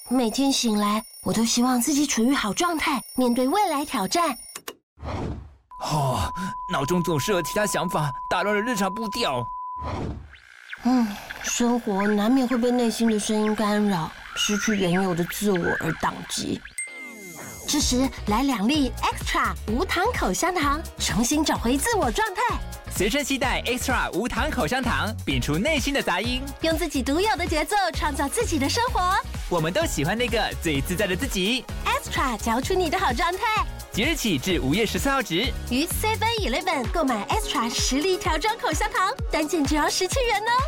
每天醒来，我都希望自己处于好状态，面对未来挑战。 脑中总是有其他想法，打乱了日常步调。 生活难免会被内心的声音干扰，失去原有的自我而宕机。这时来2粒 Extra 无糖口香糖，重新找回自我状态。 随身携带 Extra 无糖口香糖，摒除内心的杂音， 用自己独有的节奏创造自己的生活。 我们都喜欢那个最自在的自己。 Extra 嚼出你的好状态。 即日起至5月14号止， 于 7-Eleven 购买 Extra 10粒条装口香糖，单件只要17元哦。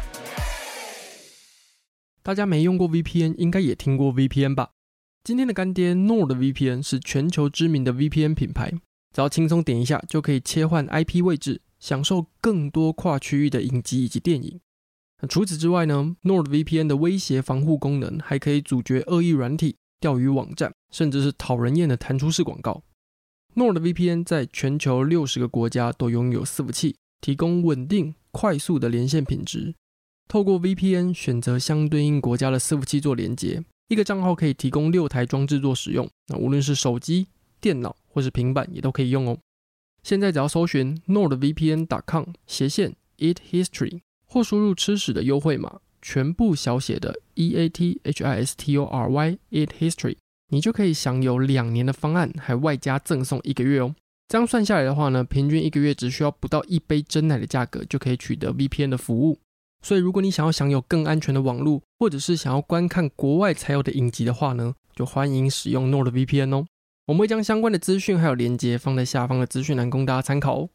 大家没用过 VPN， 应该也听过 VPN 吧？今天的干爹 NordVPN 是全球知名的 VPN 品牌，只要轻松点一下就可以切换 IP 位置，享受更多跨区域的影集以及电影。除此之外呢 ，NordVPN 的威胁防护功能还可以阻绝恶意软体、钓鱼网站，甚至是讨人厌的弹出式广告。NordVPN 在全球60个国家都拥有伺服器，提供稳定、快速的连线品质。透过 VPN 选择相对应国家的伺服器做连结，一个账号可以提供6台装置做使用，无论是手机、电脑或是平板也都可以用哦。现在只要搜寻 nordvpn.com/eathistory 或输入吃屎的优惠码，全部小写的 EATHISTORY eathistory， 你就可以享有2年的方案，还外加赠送1个月哦。这样算下来的话呢，平均1个月只需要不到1杯珍奶的价格就可以取得 VPN 的服务。所以如果你想要享有更安全的网络，或者是想要观看国外才有的影集的话呢，就欢迎使用 NordVPN 哦。我们会将相关的资讯还有连结放在下方的资讯栏供大家参考哦。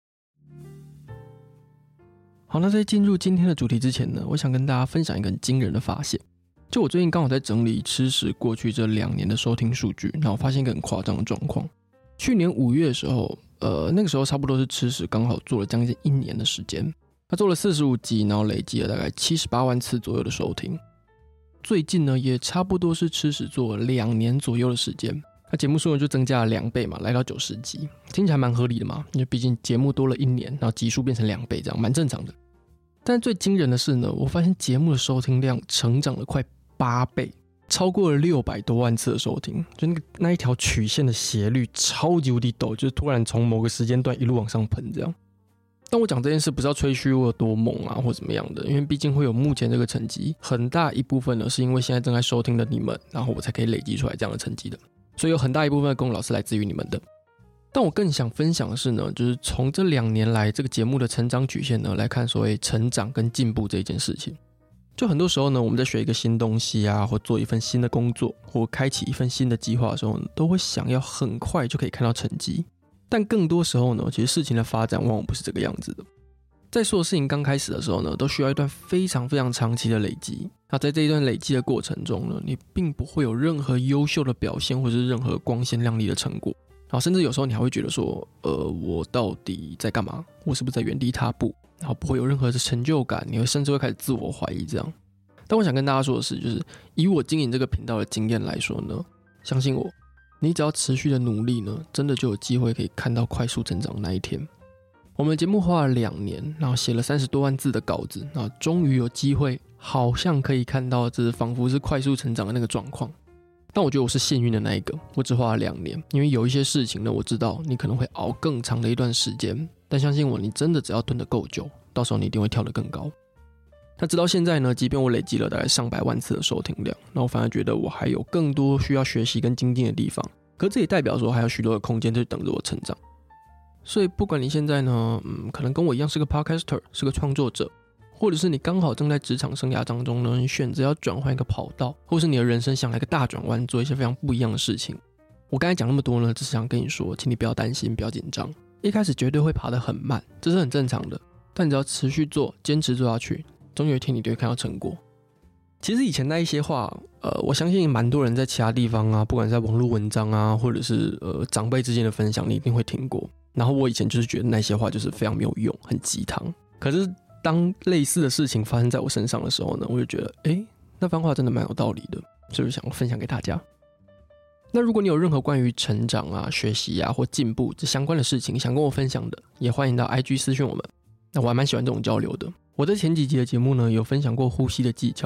好，那在进入今天的主题之前呢，我想跟大家分享一个很惊人的发现。就我最近刚好在整理吃屎过去这2年的收听数据，然后发现一个很夸张的状况。去年5月的时候，那个时候差不多是吃屎刚好做了将近1年的时间。他做了45集，然后累积了大概78万次左右的收听。最近呢，也差不多是吃屎做了2年左右的时间，那节目数呢就增加了2倍嘛，来到90集，听起来蛮合理的嘛，因为毕竟节目多了1年，然后集数变成2倍，这样蛮正常的。但最惊人的是呢，我发现节目的收听量成长了快8倍，超过了600多万次的收听，就那一条曲线的斜率超级无敌陡，就是突然从某个时间段一路往上喷这样。但我讲这件事不是要吹嘘我有多猛啊或怎么样的，因为毕竟会有目前这个成绩，很大一部分呢是因为现在正在收听的你们，然后我才可以累积出来这样的成绩的，所以有很大一部分的功劳是来自于你们的。但我更想分享的是呢，就是从这2年来这个节目的成长曲线呢来看所谓成长跟进步这一件事情。就很多时候呢，我们在学一个新东西啊，或做一份新的工作，或开启一份新的计划的时候呢，都会想要很快就可以看到成绩。但更多时候呢，其实事情的发展往往不是这个样子的。在所有事情刚开始的时候呢，都需要一段非常非常长期的累积。那在这一段累积的过程中呢，你并不会有任何优秀的表现，或是任何光鲜亮丽的成果。然后甚至有时候你还会觉得说，我到底在干嘛？我是不是在原地踏步？然后不会有任何的成就感，你会甚至会开始自我怀疑这样。但我想跟大家说的是，就是以我经营这个频道的经验来说呢，相信我，你只要持续的努力呢，真的就有机会可以看到快速成长的那一天。我们的节目花了2年，然后写了30多万字的稿子，然后终于有机会，好像可以看到这仿佛是快速成长的那个状况。但我觉得我是幸运的那一个，我只花了2年，因为有一些事情呢，我知道你可能会熬更长的一段时间，但相信我，你真的只要蹲得够久，到时候你一定会跳得更高。那直到现在呢，即便我累积了大概上百万次的收听量，那我反而觉得我还有更多需要学习跟精进的地方，可这也代表说还有许多的空间在等着我成长。所以不管你现在呢，可能跟我一样是个 podcaster， 是个创作者，或者是你刚好正在职场生涯当中呢，你选择要转换一个跑道，或是你的人生想来个大转弯，做一些非常不一样的事情。我刚才讲那么多呢，只是想跟你说，请你不要担心，不要紧张。一开始绝对会爬得很慢，这是很正常的，但只要持续做，坚持做下去，总有一天你就会看到成果。其实以前那一些话，我相信蛮多人在其他地方啊，不管在网络文章啊，或者是长辈之间的分享，你一定会听过。然后我以前就是觉得那些话就是非常没有用，很鸡汤。可是当类似的事情发生在我身上的时候呢，我就觉得，那番话真的蛮有道理的，所以想分享给大家。那如果你有任何关于成长啊、学习啊或进步这相关的事情想跟我分享的，也欢迎到 IG 私讯我们。那我还蛮喜欢这种交流的。我在前几集的节目呢，有分享过呼吸的技巧嘛。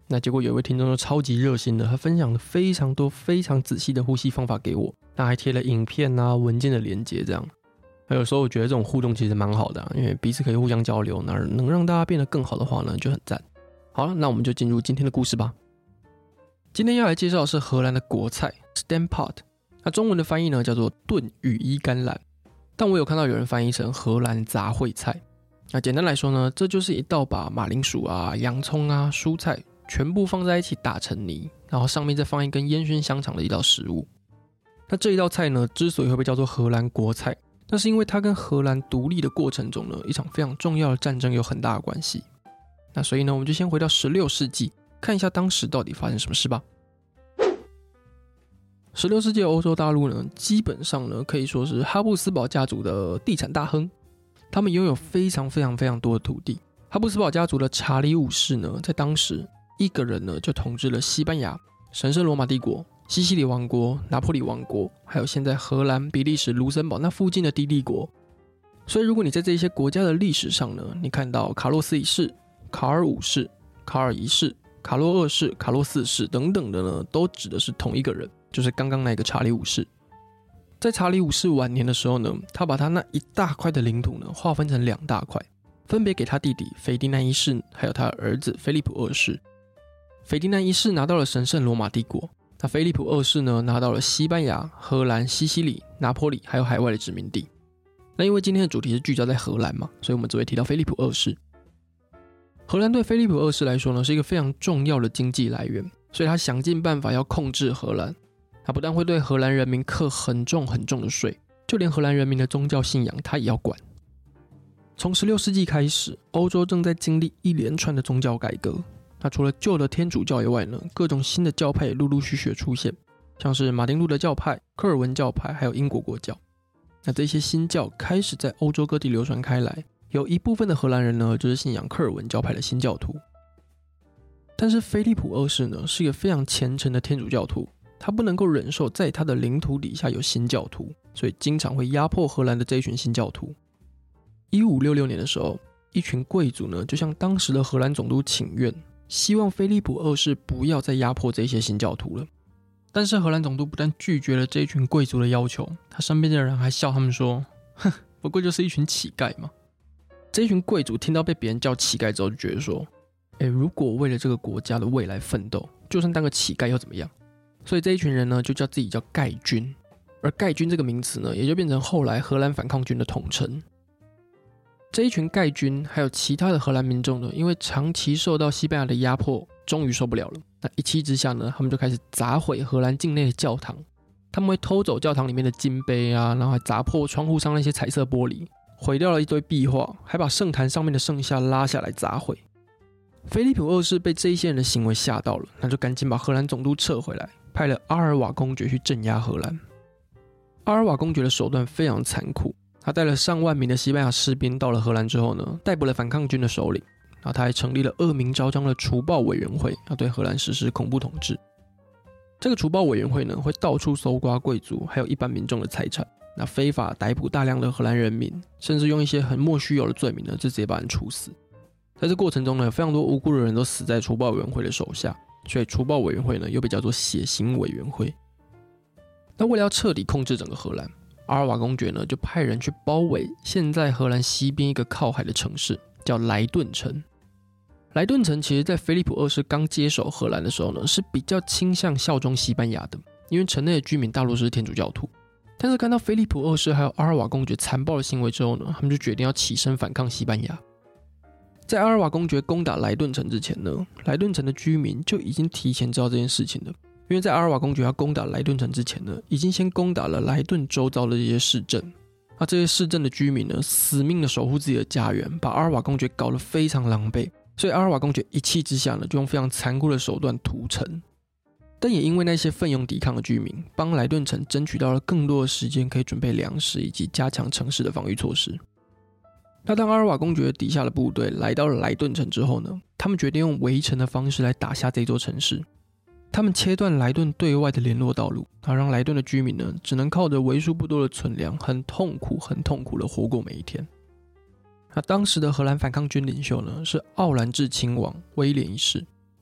那结果有一位听众就超级热心的，他分享了非常多非常仔细的呼吸方法给我，那还贴了影片啊文件的连结这样。有时候我觉得这种互动其实蛮好的因为彼此可以互相交流，那能让大家变得更好的话呢就很赞。好了，那我们就进入今天的故事吧。今天要来介绍的是荷兰的国菜 Stamppot， 那中文的翻译呢叫做炖羽衣甘蓝，但我有看到有人翻译成荷兰杂烩菜。那简单来说呢，这就是一道把马铃薯啊、洋葱啊、蔬菜全部放在一起打成泥，然后上面再放一根烟熏香肠的一道食物。那这一道菜呢，之所以会被叫做荷兰国菜，那是因为它跟荷兰独立的过程中呢，一场非常重要的战争有很大的关系。那所以呢，我们就先回到16世纪，看一下当时到底发生什么事吧。16世纪的欧洲大陆呢，基本上呢可以说是哈布斯堡家族的地产大亨，他们拥有非常多的土地。哈布斯堡家族的查理五世呢，在当时一个人呢就统治了西班牙、神圣罗马帝国、西西里王国、拿坡里王国，还有现在荷兰、比利时、卢森堡那附近的低地国。所以如果你在这些国家的历史上呢，你看到卡洛斯一世、卡尔五世、卡尔一世、卡洛二世、卡洛四世等等的呢，都指的是同一个人，就是刚刚那个查理五世。在查理五世晚年的时候呢，他把他那一大块的领土呢划分成2大块，分别给他弟弟斐迪南一世，还有他的儿子菲利普二世。斐迪南一世拿到了神圣罗马帝国，那菲利普二世呢拿到了西班牙、荷兰、西西里、拿坡里还有海外的殖民地。那因为今天的主题是聚焦在荷兰嘛，所以我们只会提到菲利普二世。荷兰对菲利普二世来说呢，是一个非常重要的经济来源，所以他想尽办法要控制荷兰。他不但会对荷兰人民课很重的税，就连荷兰人民的宗教信仰他也要管。从16世纪开始，欧洲正在经历一连串的宗教改革。那除了旧的天主教以外呢，各种新的教派也陆陆续续出现，像是马丁路德教派、科尔文教派还有英国国教。那这些新教开始在欧洲各地流传开来，有一部分的荷兰人呢就是信仰科尔文教派的新教徒。但是菲利普二世呢是一个非常虔诚的天主教徒，他不能够忍受在他的领土底下有新教徒，所以经常会压迫荷兰的这一群新教徒。1566年的时候，一群贵族呢就向当时的荷兰总督请愿，希望菲利普二世不要再压迫这些新教徒了。但是荷兰总督不但拒绝了这一群贵族的要求，他身边的人还笑他们说，哼，不过就是一群乞丐嘛。这一群贵族听到被别人叫乞丐之后，就觉得说，如果为了这个国家的未来奋斗，就算当个乞丐又怎么样？所以这一群人呢就叫自己叫盖军，而盖军这个名词呢也就变成后来荷兰反抗军的统称。这一群盖军还有其他的荷兰民众呢，因为长期受到西班牙的压迫，终于受不了了。那一气之下呢，他们就开始砸毁荷兰境内的教堂。他们会偷走教堂里面的金杯啊，然后还砸破窗户上那些彩色玻璃，毁掉了一堆壁画，还把圣坛上面的圣像拉下来砸毁。菲利普二世被这一些人的行为吓到了，那就赶紧把荷兰总督撤回来，派了阿尔瓦公爵去镇压荷兰。阿尔瓦公爵的手段非常残酷，他带了上万名的西班牙士兵到了荷兰之后呢，逮捕了反抗军的首领，然后他还成立了恶名昭彰的除暴委员会，要对荷兰实施恐怖统治。这个除暴委员会呢，会到处搜刮贵族还有一般民众的财产，那非法逮捕大量的荷兰人民，甚至用一些很莫须有的罪名呢，就直接把人处死。在这过程中呢，有非常多无辜的人都死在除暴委员会的手下，所以除暴委员会呢又被叫做血腥委员会。那为了要彻底控制整个荷兰，阿尔瓦公爵呢就派人去包围现在荷兰西边一个靠海的城市，叫莱顿城。莱顿城其实在菲利普二世刚接手荷兰的时候呢，是比较倾向效忠西班牙的，因为城内的居民大多是天主教徒。但是看到菲利普二世还有阿尔瓦公爵残暴的行为之后呢，他们就决定要起身反抗西班牙。在阿尔瓦公爵攻打莱顿城之前呢，莱顿城的居民就已经提前知道这件事情了，因为在阿尔瓦公爵要攻打莱顿城之前呢，已经先攻打了莱顿周遭的这些市镇。那这些市镇的居民呢，死命的守护自己的家园，把阿尔瓦公爵搞得非常狼狈。所以阿尔瓦公爵一气之下呢，就用非常残酷的手段屠城。但也因为那些奋勇抵抗的居民，帮莱顿城争取到了更多的时间，可以准备粮食以及加强城市的防御措施。那当阿尔瓦公爵底下的部队来到了莱顿城之后呢，他们决定用围城的方式来打下这座城市。他们切断莱顿对外的联络道路，让莱顿的居民呢，只能靠着为数不多的存粮，很痛苦的活过每一天。那当时的荷兰反抗军领袖呢，是奥兰治亲王威廉一世，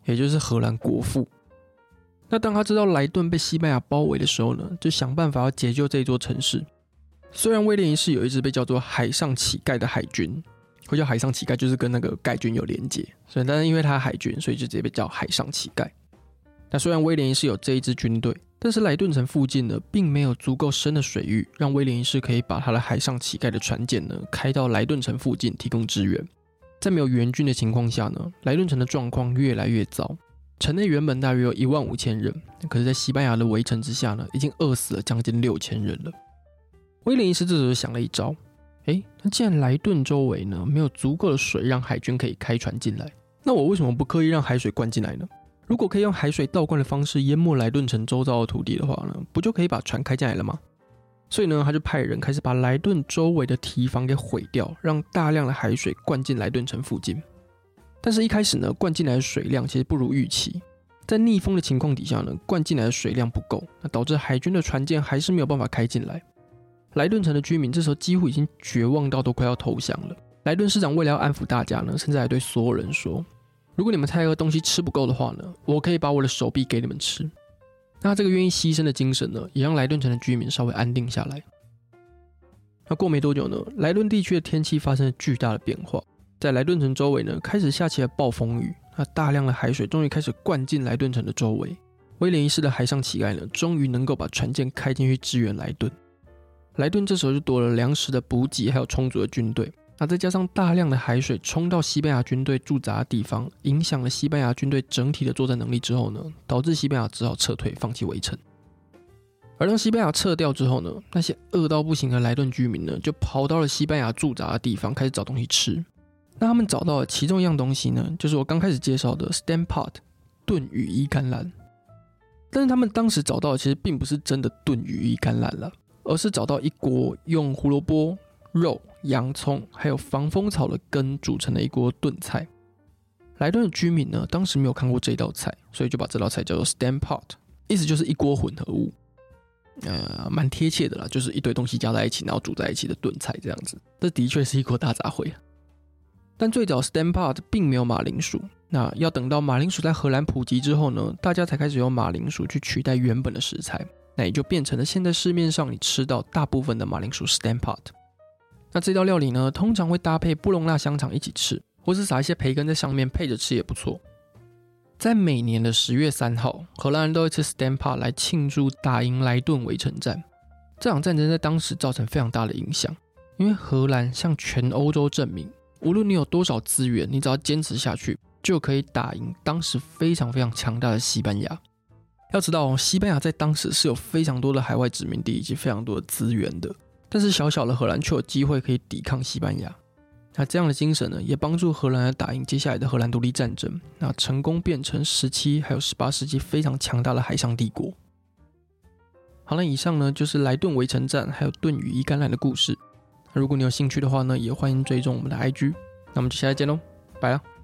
也就是荷兰国父。那当他知道莱顿被西班牙包围的时候呢，就想办法要解救这座城市。虽然威廉一世有一支被叫做海上乞丐的海军，会叫海上乞丐就是跟那个盖军有连结，所以但是因为他海军，所以就直接被叫海上乞丐。那虽然威廉一世有这一支军队，但是莱顿城附近呢，并没有足够深的水域，让威廉一世可以把他的海上乞丐的船舰呢开到莱顿城附近提供支援。在没有援军的情况下呢，莱顿城的状况越来越糟。城内原本大约有15000人，可是在西班牙的围城之下呢，已经饿死了将近6000人了。威廉一世这时候想了一招，那既然莱顿周围呢没有足够的水让海军可以开船进来，那我为什么不刻意让海水灌进来呢？如果可以用海水倒灌的方式淹没莱顿城周遭的土地的话呢，不就可以把船开进来了吗？所以呢，他就派人开始把莱顿周围的堤防给毁掉，让大量的海水灌进莱顿城附近。但是一开始呢，灌进来的水量其实不如预期，在逆风的情况底下呢，灌进来的水量不够，那导致海军的船舰还是没有办法开进来。莱顿城的居民这时候几乎已经绝望到都快要投降了。莱顿市长为了要安抚大家呢，甚至还对所有人说，如果你们太饿东西吃不够的话呢，我可以把我的手臂给你们吃。那这个愿意牺牲的精神呢，也让莱顿城的居民稍微安定下来。那过没多久呢，莱顿地区的天气发生了巨大的变化，在莱顿城周围呢，开始下起了暴风雨，那大量的海水终于开始灌进莱顿城的周围。威廉一世的海上乞丐呢，终于能够把船舰开进去支援莱顿。莱顿这时候就多了粮食的补给，还有充足的军队。那再加上大量的海水冲到西班牙军队驻扎的地方，影响了西班牙军队整体的作战能力之后呢，导致西班牙只好撤退，放弃围城。而当西班牙撤掉之后呢，那些饿到不行的莱顿居民呢，就跑到了西班牙驻扎的地方，开始找东西吃。那他们找到的其中一样东西呢，就是我刚开始介绍的 stem pot 炖羽衣甘蓝。但是他们当时找到的其实并不是真的炖羽衣甘蓝了，而是找到一锅用胡萝卜、肉、洋葱还有防风草的根煮成的一锅炖菜。莱顿的居民呢，当时没有看过这道菜，所以就把这道菜叫做 stem pot， 意思就是一锅混合物。蛮贴切的啦，就是一堆东西加在一起，然后煮在一起的炖菜这样子。这的确是一锅大杂烩。但最早 stem pot 并没有马铃薯，那要等到马铃薯在荷兰普及之后呢，大家才开始用马铃薯去取代原本的食材，那也就变成了现在市面上你吃到大部分的马铃薯 stem pot。那这道料理呢，通常会搭配布隆纳香肠一起吃，或是撒一些培根在上面配着吃也不错。在每年的10月3号，荷兰人都会吃 stem pot 来庆祝打赢莱顿围城战。这场战争在当时造成非常大的影响，因为荷兰向全欧洲证明，无论你有多少资源，你只要坚持下去，就可以打赢当时非常非常强大的西班牙。要知道，西班牙在当时是有非常多的海外殖民地以及非常多的资源的，但是小小的荷兰却有机会可以抵抗西班牙。那这样的精神呢，也帮助荷兰来打赢接下来的荷兰独立战争，那成功变成17还有18世纪非常强大的海上帝国。好了，以上呢就是莱顿围城战还有炖羽衣甘蓝的故事。如果你有兴趣的话呢，也欢迎追踪我们的 IG。那我们就下次见喽，拜了。